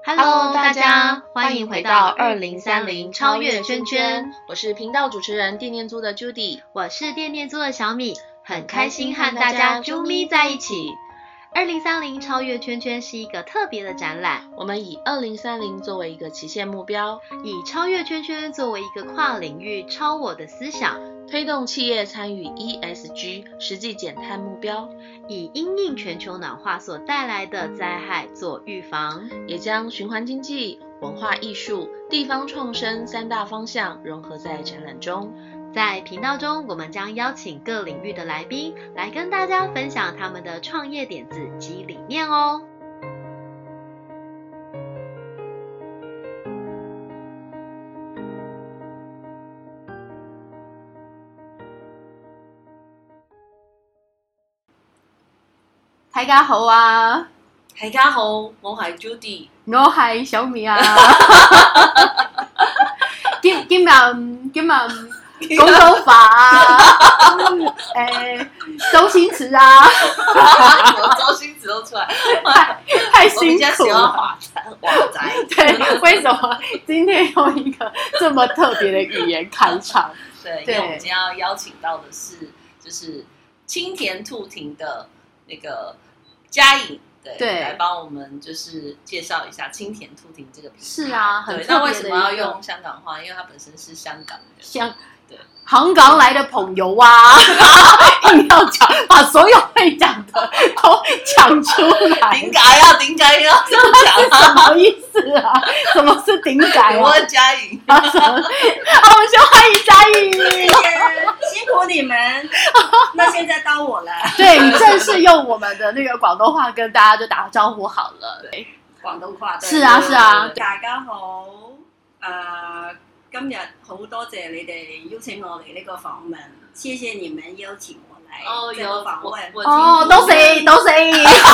Hello， 大家欢迎回到2030超越圈圈， 我是频道主持人电念租的 Judy， 我是电念租的小米，很开心和大家啾咪在一起。2030超越圈圈是一个特别的展览， 我们以2030作为一个期限目标， 以超越圈圈作为一个跨领域超我的思想， 推动企业参与 ESG 实际减碳目标， 以因应全球暖化所带来的灾害做预防， 也将循环经济、文化艺术、地方创生三大方向融合在展览中。 在频道中，我们将邀请各领域的来宾来跟大家分享他们的创业点子及理念哦。 大家好啊！ 大家好，我係 Judy， 我係小米啊！今日公眾法啊，周星馳啊， 周星馳都出來， 太辛苦了。 華仔， 對，為什麼今天用一個這麼特別的語言開場？ 對，因為我們今天要邀請到的是，就是青田兔亭的那個嘉穎。对，来帮我们就是介绍一下青田兔亭这个品牌。 是啊，很特别的。 那为什么要用香港话？因为它本身是香港人。对， 香港来的朋友啊，硬要讲，把所有会讲的都讲出来。 顶改要这样讲， 什么意思啊？什么是顶改啊？ 我是嘉颖。 好，我们先欢迎嘉颖。 辛苦你们，那现在到我了。 对，你正式用我们的那个广东话跟大家就打个招呼好了。对， 廣東話。 是啊，是啊。 大家好，今日好多謝你哋邀請我嚟呢個訪問，謝謝你們邀請我來這個訪問。 哦，都是。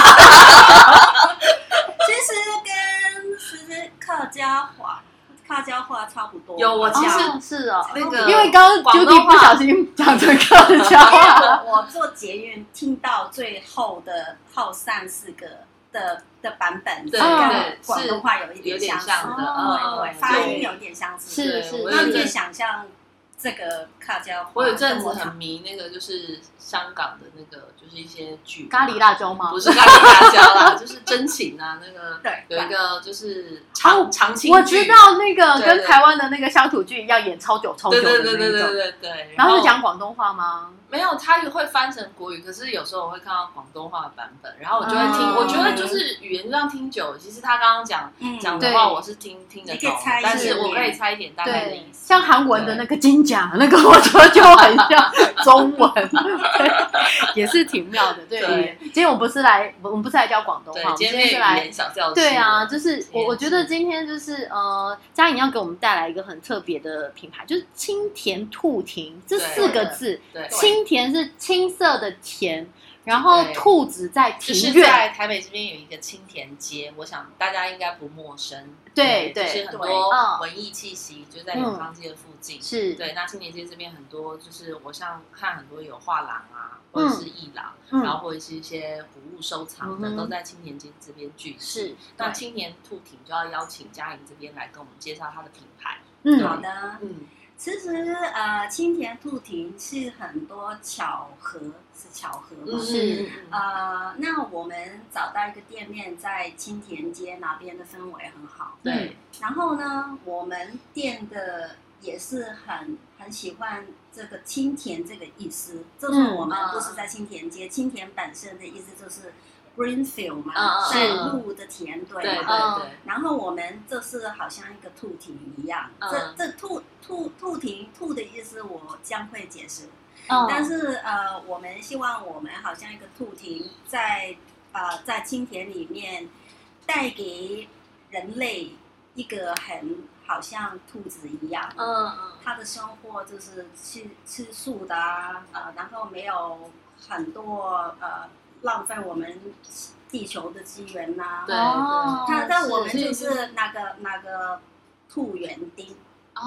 其實客家話差不多。 有，我其實是哦， 那個因為剛剛 Judy 不小心講成客家話。 我做捷運聽到最後的後3-4個的版本，跟廣東話有一點相似的，發音有點相似。 是， 那你可以想象這個客家話。 我有陣子很迷那個，就是香港的那個，就是一些劇。 咖喱辣椒嗎？ 不是咖喱辣椒啦，就是真情啊，那個有一個就是長青劇。 我知道那個跟台灣的那個鄉土劇一樣，演超久的那種。對。然後是講廣東話嗎？ 沒有，他會翻成國語，可是有時候我會看到廣東話的版本，然後我就會聽。我覺得就是語言這樣聽久了，其實他剛剛講的話，我是聽得懂，但是我可以猜一點大概的意思。 像韓文的那個金甲，那個我覺得就很像中文，也是挺妙的。對，今天我們不是來教廣東話， 今天是來小教室。 對啊，就是我覺得今天就是嘉穎要給我們帶來一個很特別的品牌，就是青田兔亭這4個字。青田是青色的田，然後兔子在庭院。 就是在台北這邊有一個青田街，我想大家應該不陌生。 對， 就是很多文藝氣息，就在永康街的附近。是，對。那青田街這邊很多，就是我像看很多有畫廊啊，或者是藝廊，然後或者是一些古物收藏的，都在青田街這邊聚集。是。那青田兔亭就要邀請嘉穎這邊來跟我們介紹它的品牌。 好的。其實青田兔亭是很多巧合嘛。是。那我們找到一個店面在青田街那邊的氛圍很好。對。然後呢，我們店的也是很喜歡這個青田這個意思，就是我們不是在青田街，青田本身的意思就是 Greenfield 嘛，是路的田，對嘛。對。然後我們就是好像一個兔亭一樣，這兔亭，兔的意思我將會解釋。但是我們希望我們好像一個兔亭在青田裡面帶給人類一個很好像兔子一樣，它的生活就是吃素的然後沒有很多浪費我們地球的資源呐。對，但我們就是那個兔園丁。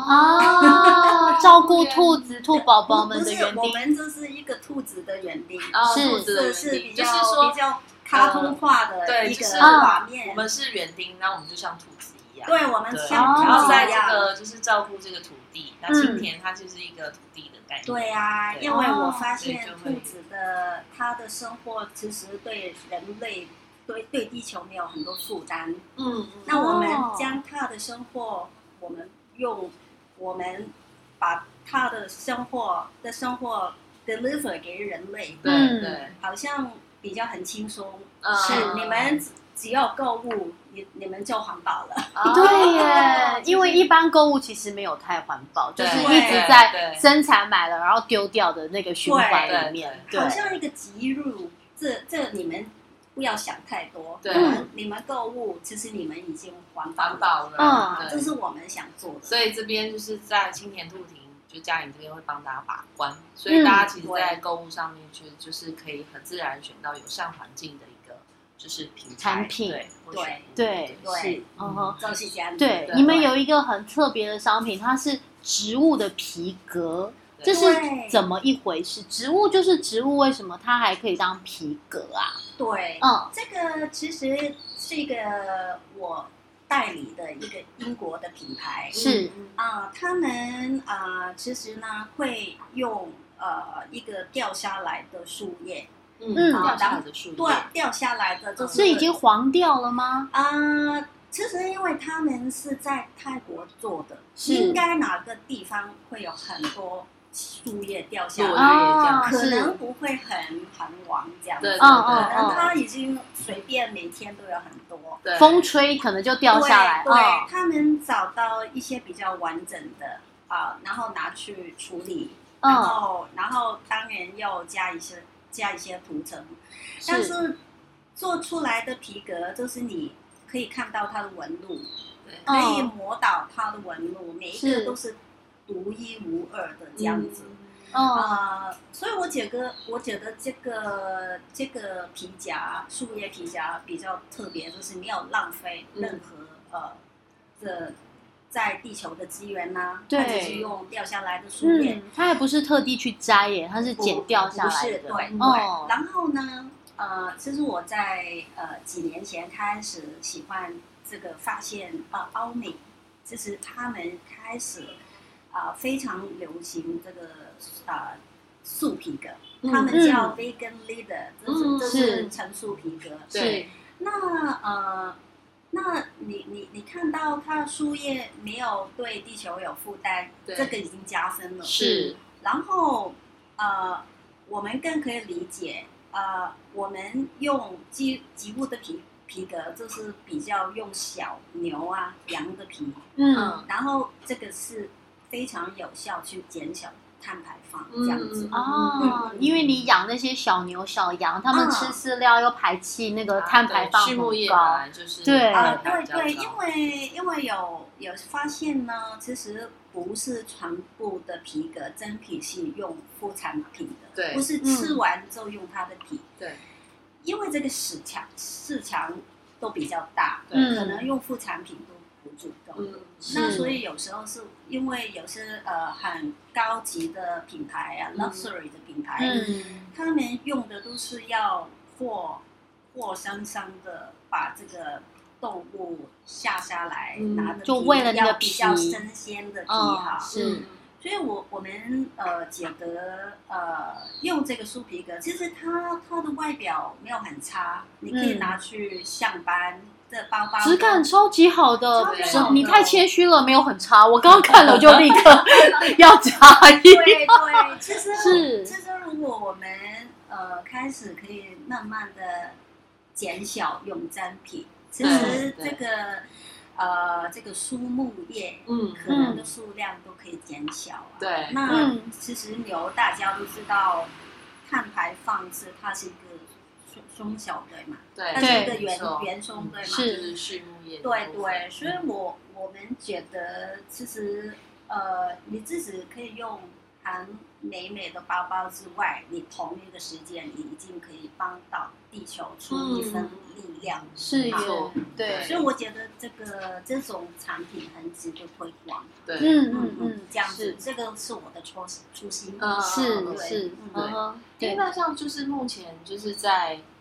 照顧兔子、兔寶寶們的園丁。 不是，我們就是一個兔子的園丁。 是比較卡通化的一个画面。 我们是园丁，那我们就像土子一样。 对，我们像然后在这个就是照顾这个土地，那青田它就是一个土地的概念。 对啊，因为我发现兔子的它的生活其实对人类。对地球没有很多负担，那我们将它的生活，我们把它的生活 deliver 给人类， 对， 好像比较很轻松，是你们只要购物，你们就环保了。 对耶，因为一般购物其实没有太环保，就是一直在生产买了然后丢掉的那个循环里面， 好像一个集入，这你们。不要想太多，你们购物，其实你们已经环保了，这是我们想做的。 所以这边就是在青田兔亭，就嘉颖这边会帮大家把关，所以大家其实，在购物上面就是可以很自然选到友善环境的一个就是产品， 对， 是， 就是这样。 对，你们有一个很特别的商品，它是植物的皮革。这是怎么一回事？植物就是植物，为什么它还可以当皮革啊？ 对，这个其实是一个我代理的一个英国的品牌， 是他们其实呢会用一个掉下来的树叶， 掉下来的树叶， 对，掉下来的是已经黄掉了吗？ 其实因为他们是在泰国做的，应该哪个地方会有很多。树叶掉下来，可能不会很黄这样子，可能它已经随便每天都有很多， 风吹可能就掉下来。 对，他们找到一些比较完整的然后拿去处理，然后当然要加一些涂层，但是做出来的皮革就是你可以看到它的纹路，可以摸到它的纹路，每一个都是。独一无二的这样子，所以我觉得这个皮夹树叶皮夹比较特别，就是没有浪费任何在地球的资源呐，它只是用掉下来的树叶， 它也不是特地去摘耶，它是剪掉下来的， 不是对。然后呢，其实我在几年前开始喜欢这个发现欧美，就是他们开始。非常流行这个素皮革，他们叫 vegan leather， 这是成素皮革。 对， 那你看到它的树叶没有对地球有负担，这个已经加深了。 是， 然后我们更可以理解，我们用植物的皮革就是比较用小牛羊的皮，然后这个是。非常有效去减小碳排放，这样子因为你养那些小牛、小羊，他们吃饲料又排气，那个碳排放很高。 对，因为有发现呢，其实不是全部的皮革真皮是用副产品的，不是吃完就用它的皮。 对， 因为这个市场都比较大，可能用副产品都。不足够，那所以有时候是因为有些很高级的品牌luxury 的品牌，他们用的都是要活生生的把这个动物下来，拿的就为了那个比较新鲜的皮哈， 是。 所以我们觉得用这个树皮革，其实它的外表没有很差，你可以拿去上班。这包包质感超级好的，你太谦虚了，没有很差。我刚刚看了就立刻要加一。 对，其实如果我们开始可以慢慢的减少用真皮，其实这个树木叶可能的数量都可以减小。 对， 那其实牛大家都知道，碳排放它是一个。松小对嘛？ 对， 它是一个圆松对嘛？ 是畜牧业。 对，所以我们觉得其实你自己可以用含美的包包之外，你同一个时间你已经可以帮到地球出一份力量。 是有对， 所以我觉得这种产品很值得推广。 对， 这样子，这个是我的初心。 是， 对。那像就是目前就是在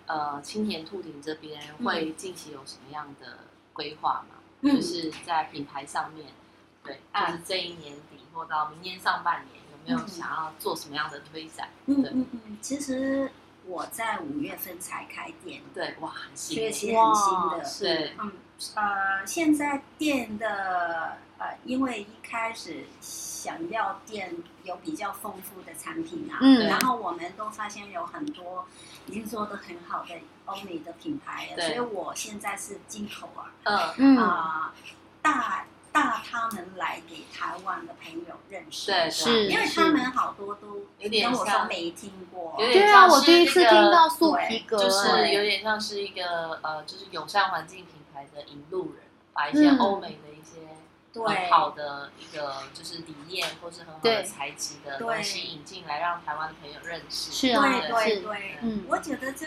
青田兔亭这边会近期有什么样的规划吗？就是在品牌上面，对，就是这一年底或到明年上半年，有没有想要做什么样的推展？ 其实我在5月份才开店， 对，哇，很新， 确实很新的， 对， 现在店的因为一开始想要店有比较丰富的产品啊，然后我们都发现有很多已经做得很好的欧美的品牌了，所以我现在是进口大他们来给台湾的朋友认识， 对， 是， 因为他们好多都跟我说没听过， 对啊，我第一次听到素皮革， 就是有点像是一个就是友善环境品牌的引路人，把一些欧美的一些很好的一个就是理念或是很好的材质的东西引进来，让台湾的朋友认识。 是啊， 对，我觉得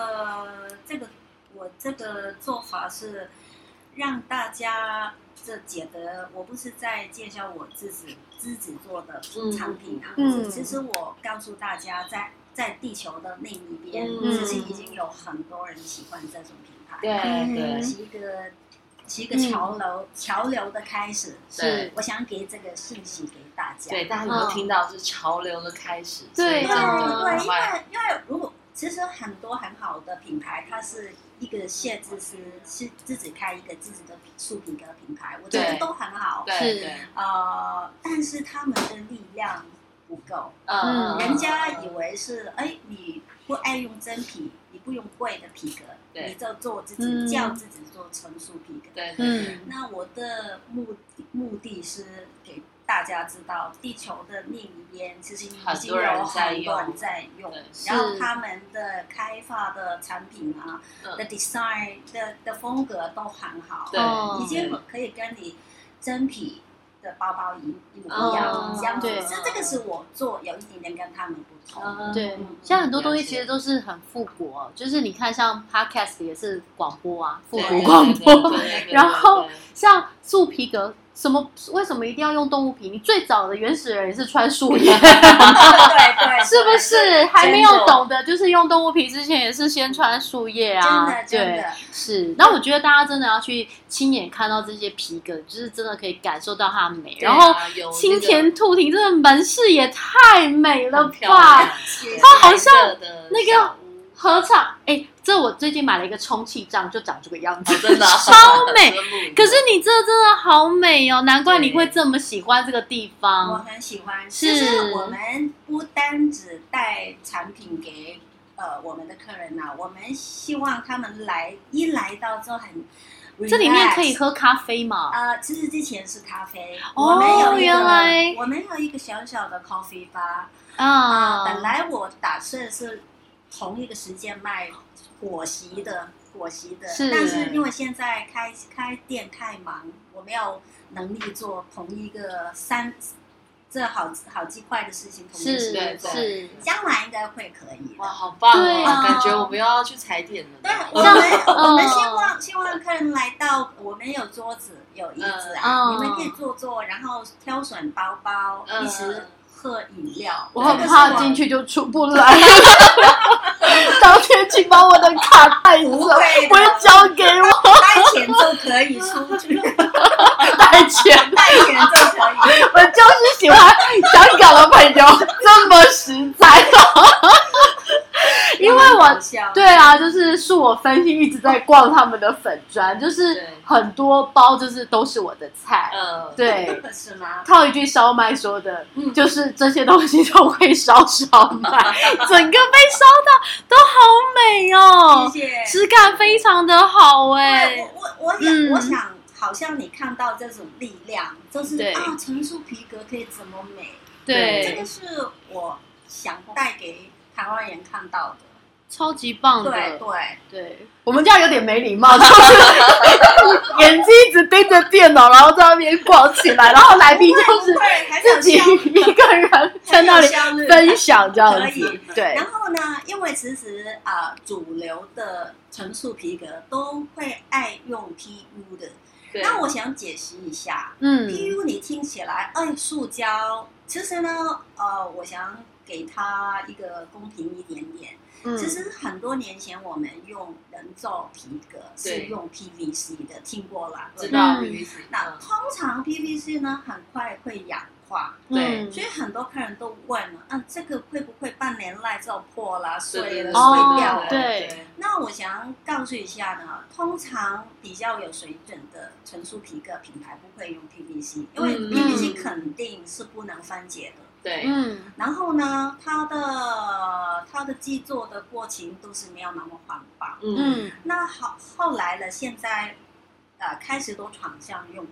我这个做法是让大家觉得我不是在介绍我自己做的产品啊，其实我告诉大家在地球的另一边，其实已经有很多人喜欢这种品牌， 对， 是一个潮流的开始，是我想给这个信息给大家。 对，大家有没有听到是潮流的开始？ 对， 因为如果其实很多很好的品牌，它是一个设计师是自己开一个自己的素皮革品牌，我觉得都很好。 是但是他们的力量不够。人家以为是你不爱用真皮，你不用贵的皮革，你就做自己叫自己做纯素皮革。 对， 那我的目的是给大家知道，地球的另一边其实已经有很多人在用，然后他们的开发的产品啊，的 design 的风格都很好，已经可以跟你真皮的包包一模一样，这样子。这个是我做有一点点跟他们不同。 对，像很多东西其实都是很复古，就是你看像 podcast 也是广播啊，复古广播，然后像素皮革。为什么一定要用动物皮？你最早的原始人也是穿树叶， 对， 是不是？还没有懂得就是用动物皮之前，也是先穿树叶啊。 真的是。那我觉得大家真的要去亲眼看到这些皮革，就是真的可以感受到它的美。然后青田兔亭这个门市也太美了吧！它好像那个合场，这我最近买了一个充气杖，就长这个样子， 真的超美。可是你这真的好美哦，难怪你会这么喜欢这个地方。 我很喜欢。其实我们不单只带产品给我们的客人啊，我们希望他们来到之后很。 这里面可以喝咖啡吗？ 其实之前是咖啡。 原来我们有一个小小的 coffee bar。本来我打算是同一个时间卖果昔的，但是因为现在开店太忙，我没有能力做同一个这好几块的事情同时做，将来应该会可以。 哇，好棒哦！感觉我们又要去踩点了。 对，我们希望客人来到，我们有桌子有椅子啊，你们可以坐，然后挑选包包，一起喝饮料。 我很怕进去就出不来。当天请把我的卡带走，不要交给我， 带钱就可以出去， 带钱就可以。 我就是喜欢香港的朋友这么实在，因为对啊，就是我分析一直在逛他们的粉专，就是很多包就是都是我的菜，对， 是吗？ 套一句烧麦说的，就是这些东西都会烧麦，整个被烧到都好美哦， 谢谢， 质感非常的好我想，好像你看到这种力量，就是纯素皮革可以怎么美？ 对， 这个是我想带给台湾人看到的。 超级棒的， 对， 我们这样有点没礼貌，就是眼睛一直盯着电脑，然后在那边逛起来，然后来宾就是自己一个人在那里分享这样子，对。 然后呢，因为其实主流的纯素皮革都会爱用 PU 的，那我想解析一下，PU 你听起来塑胶，其实呢，我想给它一个公平一点点。 其实很多年前我们用人造皮革是用 PVC 的，听过啦？ 知道 PVC。 那通常 PVC 呢很快会氧化， 对， 所以很多客人都问了，这个会不会半年来就破了、碎了、碎掉了？ 对。 那我想告诉一下呢，通常比较有水准的纯素皮革品牌不会用 PVC， 因为 PVC 肯定是不能分解的。 对， 然后呢，它的制作的过程都是没有那么环保。那后来了，现在开始都转向用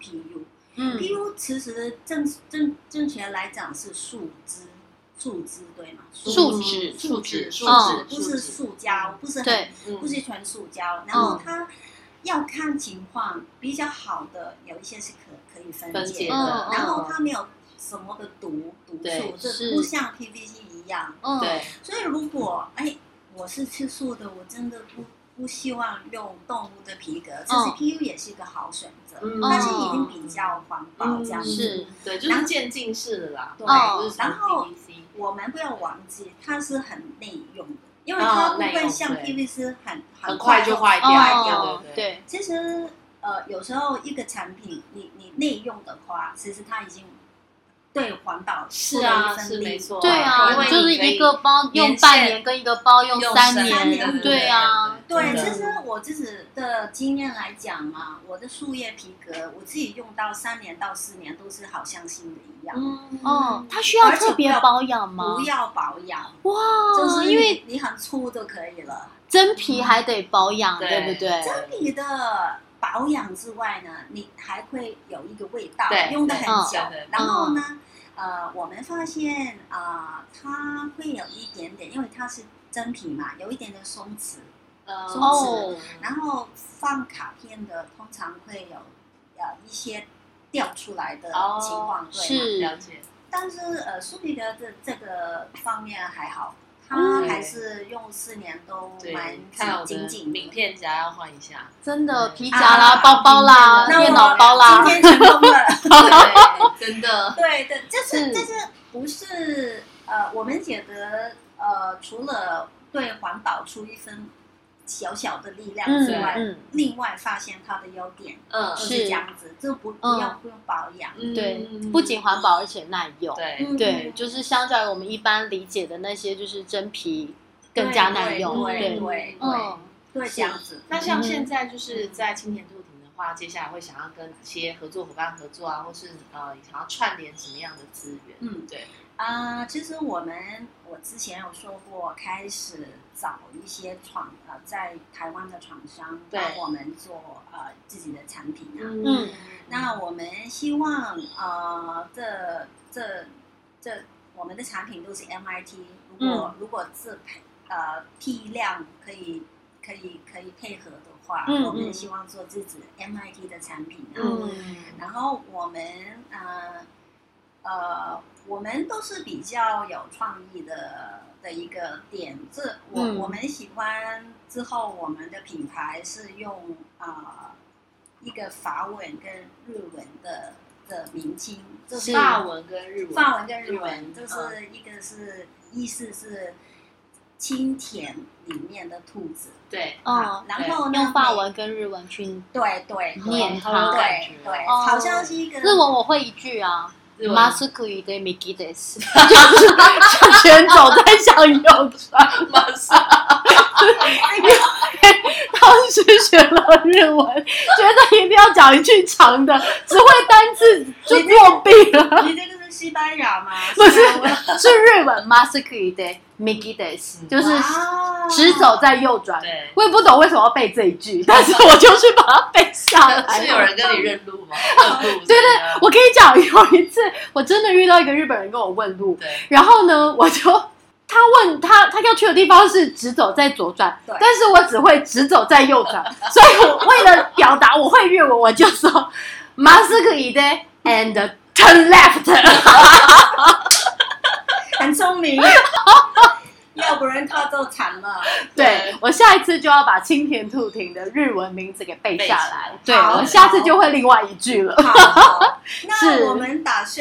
PU。PU 其实正确来讲是树脂对吗？ 树脂， 不是塑胶，不是全塑胶。然后它要看情况，比较好的有一些是可以分解的，然后它没有什么的毒素，这不像 PVC 一样。 对， 所以如果我是吃素的，我真的不希望用动物的皮革，其实 PU 也是一个好选择，但是已经比较环保这样子。 对，就是渐进式的啦。 对，然后我们不要忘记，它是很内用的，因为它不会像 PVC 很快就坏掉。 对， 其实有时候一个产品你内用的话，其实它已经对环保是啊，是没错。 对啊，就是一个包用半年，跟一个包用3年。对啊， 对，其实我自己的经验来讲嘛，我的树叶皮革我自己用到3年到4年都是好像新的一样。 它需要特别保养吗？ 不要保养， 哇， 就是因为你很粗就可以了。 真皮还得保养，对不对？ 真皮的保养之外呢，你还会有一个味道，用得很久。然后呢，我们发现它会有一点点，因为它是真皮嘛，有一点点松弛，然后放卡片的通常会有一些掉出来的情况， 是了解。 但是素皮革的这个方面还好。它还是用4年都蛮紧紧， 名片夹要换一下， 真的皮夹啦、包包啦、电脑包啦， 今天成功了， 真的。 对，这是不是我们觉得除了对环保出一份小小的力量之外，另外发现它的优点，是这样子，就不用保养， 对，不仅环保而且耐用， 对， 就是相较于我们一般理解的那些，就是真皮更加耐用， 对，这样子。 那像现在就是在青田兔亭的话，接下来会想要跟哪些合作伙伴合作啊，或是想要串联什么样的资源？对。 其实我之前有说过，开始找一些在台湾的厂商帮我们做自己的产品啊。那我们希望这我们的产品都是 MIT， 如果这批量可以配合的话，我们希望做自己 MIT 的产品啊。然后我们都是比较有创意的一个点，我们喜欢之后我们的品牌是用一个法文跟日文的名称， 就是法文跟日文，就是一个是意思是青田里面的兔子， 对， 然后呢用法文跟日文去念它， 对，好像是一个日文我会一句啊。マスクイで右です，就是全走在向右转。当时学了日文，觉得一定要讲一句长的，只会单字就作弊了。 你这个是西班牙吗？ 不是，是日文。マスクイで右です，就是直走在右转。我也不懂为什么要背这一句，但是我就去把它背下来。 是有人跟你认路吗？ 对，我跟你讲，有一次我真的遇到一个日本人跟我问路，然后呢，他问他要去的地方是直走再左转，但是我只会直走再右转，所以我为了表达我会日文，我就说マスクイで and turn left。 很聪明。要不然他就惨了。 对，我下一次就要把青田兔亭的日文名字给背下来。对，我下次就会另外一句了。 那我们打算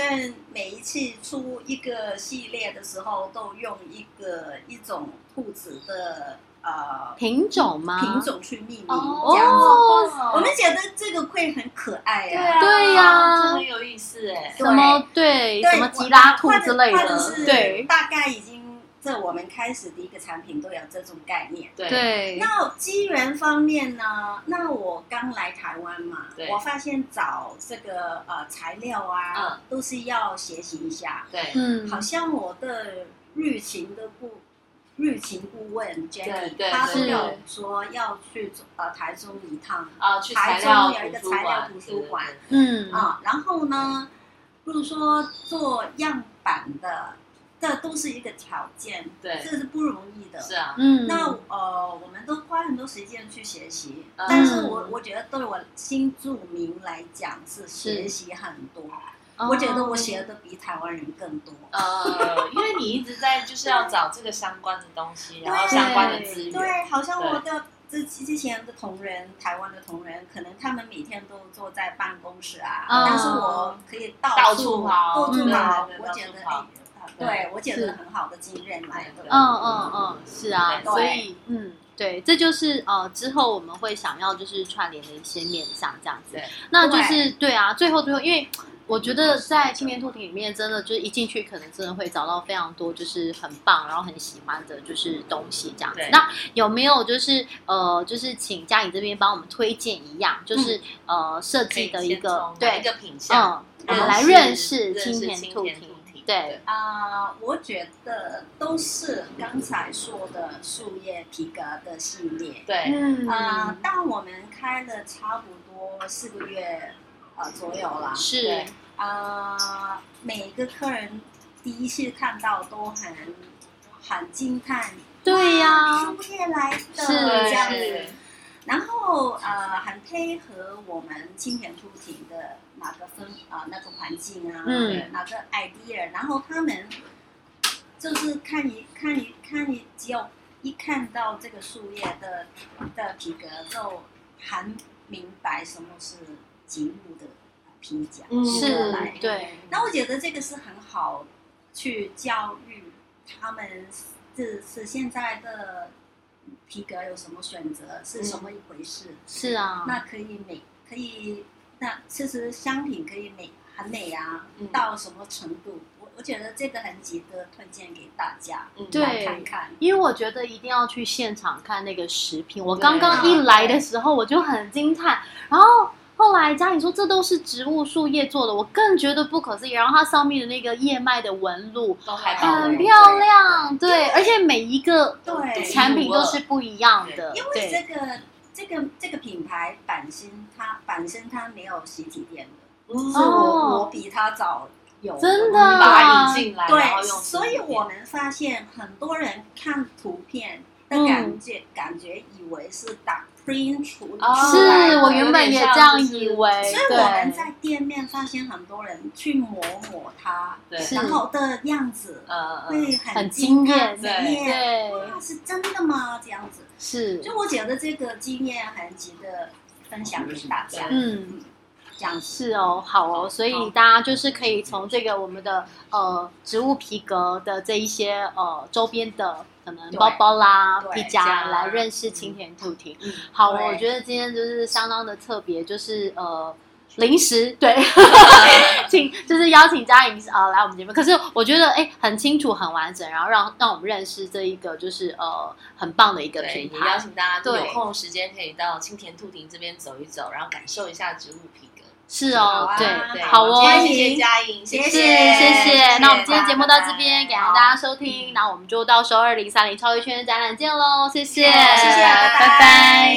每一次出一个系列的时候，都用一种兔子的品种吗？ 品种去命名，这样子，我们觉得这个会很可爱啊。 对呀， 这很有意思哎。 什么什么吉拉兔之类的， 或者是对， 大概已经。这我们开始第一个产品都有这种概念。 对。 那机缘方面呢？那我刚来台湾嘛，我发现找这个材料啊，都是要学习一下。 对， 好像我的日勤顾问 Jenny， 他都有说要去台中一趟去台中有一个材料图书馆。然后呢，比如说做样板的。这都是一个条件， 对， 这是不容易的。 是啊， 那我们都花很多时间去学习，但是我觉得对我新住民来讲是学习很多。我觉得我学的比台湾人更多。 因为你一直在就是要找这个相关的东西，然后相关的资源。 对，好像我的之前的同仁，台湾的同仁，可能他们每天都坐在办公室啊，但是我可以到处跑，我觉得对，我觉得很好的经验来的。 是啊，所以对，这就是之后我们会想要就是串联的一些面向这样子。那就是对啊，最后，因为我觉得在青年兔亭里面，真的就是一进去，可能真的会找到非常多就是很棒，然后很喜欢的就是东西这样子。那有没有就是就是请嘉颖这边帮我们推荐一样，就是设计的一个一个品项， 我们来认识青年兔亭。对我觉得都是刚才说的树叶皮革的系列。 对， 但我们开了差不多4个月左右了。 是， 每个客人第一次看到都很惊叹。 对呀， 树叶来的这样子。然后很配合我们青田兔亭的哪个那个环境啊，哪个 idea， 然后他们就是看你，只有一看到这个树叶的皮革，就很明白什么是植物的评价。 是，对。 那我觉得这个是很好去教育他们，是现在的。皮革有什么选择？是什么一回事？ 是啊， 那可以，那其实商品可以很美啊，到什么程度？我觉得这个很值得推荐给大家，来看看。 因为我觉得一定要去现场看那个食品。我刚刚一来的时候，我就很惊叹，然后。后来嘉颖说这都是植物树叶做的，我更觉得不可思议。然后它上面的那个叶脉的纹路都还很漂亮，对，而且每一个产品都是不一样的。 因为这个品牌本身它没有实体店的，是我比它早有真的把它引进来， 对，所以我们发现很多人看图片的感觉以为是打。 是我原本也这样以为， 所以我们在店面发现很多人去摸它，然后的样子会很惊艳，对，哇，是真的吗？这样子是， 就我觉得这个经验很值得分享给大家。这样是哦，好哦，所以大家就是可以从这个我们的植物皮革的这一些周边的。可能包包啦、皮夹来认识青田兔亭。好，我觉得今天就是相当的特别，就是临时对，请就是邀请嘉颖来我们节目。可是我觉得很清楚、很完整，然后让我们认识这一个就是很棒的一个品牌。 也邀请大家有空时间可以到青田兔亭这边走一走，然后感受一下植物皮革。 是哦，对， 好哦， 谢谢嘉颖， 谢谢。那我们今天节目到这边，感谢大家收听，那我们就到时候2030超越圈展览见喽，谢谢，拜拜。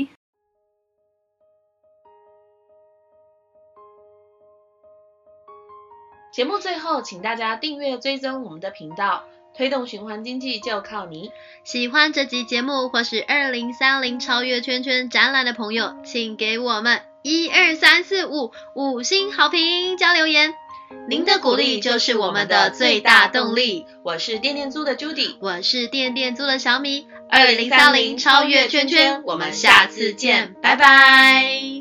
节目最后，请大家订阅追踪我们的频道，推动循环经济就靠你。喜欢这集节目或是2030超越圈圈展览的朋友，请给我们12345 5星好评加留言，您的鼓励就是我们的最大动力。 我是电电租的 Judy， 我是电电租的小米，2030超越圈圈，我们下次见，拜拜。